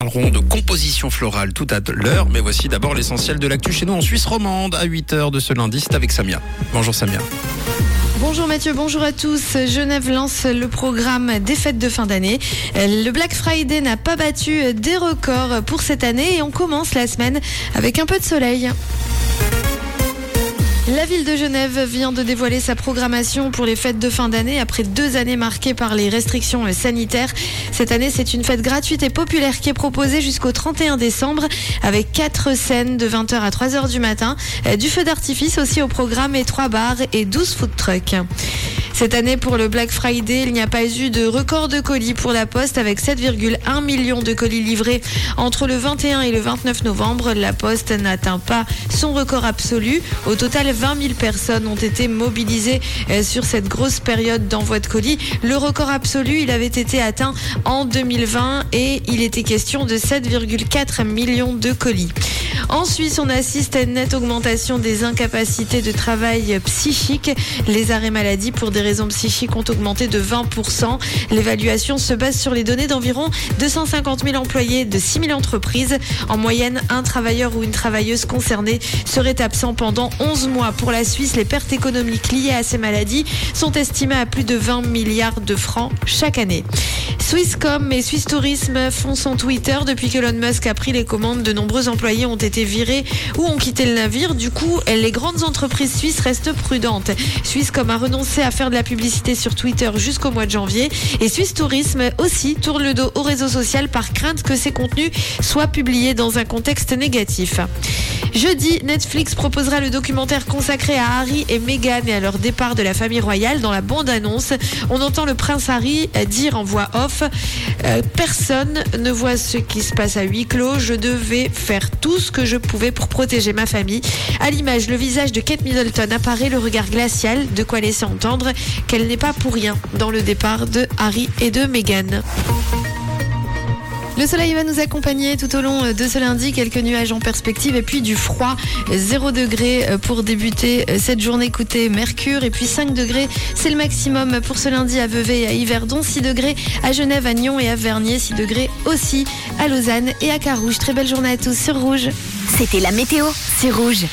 parlerons de composition florale tout à l'heure. Mais voici d'abord l'essentiel de l'actu chez nous en Suisse romande à 8h de ce lundi. C'est avec Samia. Bonjour Samia. Bonjour Mathieu, bonjour à tous. Genève lance le programme des fêtes de fin d'année. Le Black Friday n'a pas battu des records pour cette année et on commence la semaine avec un peu de soleil. La ville de Genève vient de dévoiler sa programmation pour les fêtes de fin d'année après 2 années marquées par les restrictions sanitaires. Cette année, c'est une fête gratuite et populaire qui est proposée jusqu'au 31 décembre avec 4 scènes de 20h à 3h du matin, du feu d'artifice aussi au programme et 3 bars et 12 food trucks. Cette année, pour le Black Friday, il n'y a pas eu de record de colis pour la Poste avec 7,1 millions de colis livrés entre le 21 et le 29 novembre. La Poste n'atteint pas son record absolu. Au total, 20 000 personnes ont été mobilisées sur cette grosse période d'envoi de colis. Le record absolu, il avait été atteint en 2020 et il était question de 7,4 millions de colis. En Suisse, on assiste à une nette augmentation des incapacités de travail psychique. Les arrêts maladie pour des raisons psychiques ont augmenté de 20%. L'évaluation se base sur les données d'environ 250 000 employés de 6 000 entreprises. En moyenne, un travailleur ou une travailleuse concernée serait absent pendant 11 mois. Pour la Suisse, les pertes économiques liées à ces maladies sont estimées à plus de 20 milliards de francs chaque année. Swisscom et Swiss Tourisme font son Twitter depuis que Elon Musk a pris les commandes. De nombreux employés ont été virés ou ont quitté le navire. Du coup, les grandes entreprises suisses restent prudentes. Swisscom a renoncé à faire de la publicité sur Twitter jusqu'au mois de janvier. Et Swiss Tourisme aussi tourne le dos au réseau social par crainte que ces contenus soient publiés dans un contexte négatif. Jeudi, Netflix proposera le documentaire consacré à Harry et Meghan et à leur départ de la famille royale. Dans la bande-annonce, on entend le prince Harry dire en voix off « Personne ne voit ce qui se passe à huis clos. Je devais faire tout ce que je pouvais pour protéger ma famille. » À l'image, le visage de Kate Middleton apparaît, le regard glacial, de quoi laisser entendre qu'elle n'est pas pour rien dans le départ de Harry et de Meghan. Le soleil va nous accompagner tout au long de ce lundi, quelques nuages en perspective et puis du froid, 0 degré pour débuter cette journée côté Mercure et puis 5 degrés, c'est le maximum pour ce lundi à Vevey et à Yverdon, 6 degrés à Genève, à Nyon et à Vernier, 6 degrés aussi à Lausanne et à Carouge. Très belle journée à tous sur Rouge. C'était la météo, c'est Rouge.